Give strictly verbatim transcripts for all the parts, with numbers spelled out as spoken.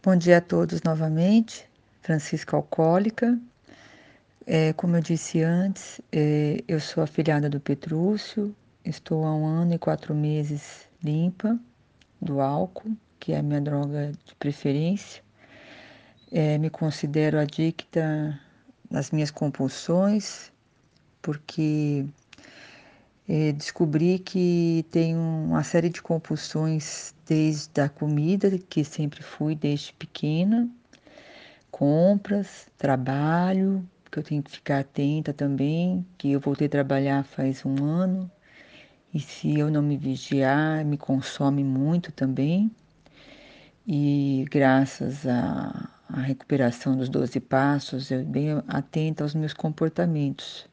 Bom dia a todos novamente. Francisca Alcoólica. É, como eu disse antes, é, eu sou afilhada do Petrúcio, estou há um ano e quatro meses limpa do álcool, que é a minha droga de preferência. É, me considero adicta nas minhas compulsões, porque é, descobri que tenho uma série de compulsões desde a comida, que sempre fui desde pequena, compras, trabalho, que eu tenho que ficar atenta também, que eu voltei a trabalhar faz um ano, e se eu não me vigiar, me consome muito também. E graças à, à recuperação dos doze passos, eu bem atenta aos meus comportamentos,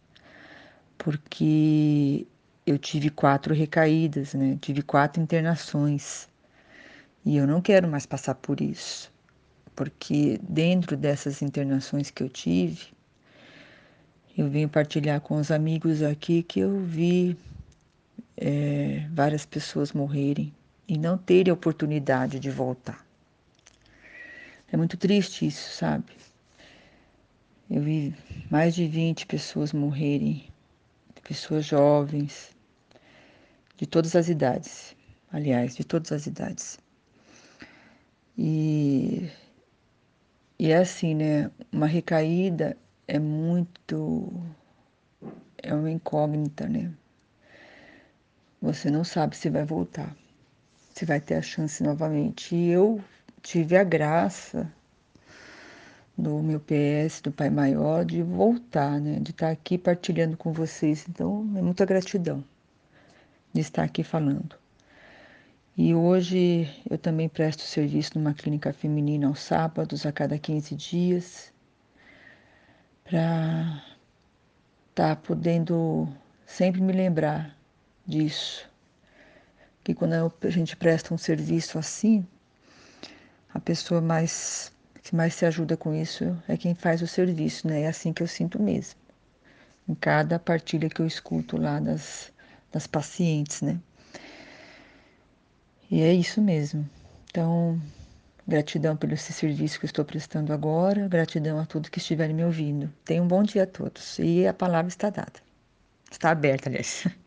porque eu tive quatro recaídas, né? Tive quatro internações, e eu não quero mais passar por isso, porque dentro dessas internações que eu tive, eu venho partilhar com os amigos aqui que eu vi é, várias pessoas morrerem e não terem a oportunidade de voltar. É muito triste isso, sabe? Eu vi mais de vinte pessoas morrerem, pessoas jovens, de todas as idades, aliás, de todas as idades. E, e é assim, né? Uma recaída é muito. É uma incógnita, né? Você não sabe se vai voltar, se vai ter a chance novamente. E eu tive a graça do meu P S, do Pai Maior, de voltar, né? De estar aqui partilhando com vocês. Então, é muita gratidão de estar aqui falando. E hoje eu também presto serviço numa clínica feminina aos sábados, a cada quinze dias, para estar podendo sempre me lembrar disso. Que quando a gente presta um serviço assim, a pessoa mais que mais se ajuda com isso é quem faz o serviço, né? É assim que eu sinto mesmo. Em cada partilha que eu escuto lá das, das pacientes, né? E é isso mesmo. Então, gratidão pelo esse serviço que eu estou prestando agora, gratidão a todos que estiverem me ouvindo. Tenham um bom dia a todos. E a palavra está dada. Está aberta, aliás.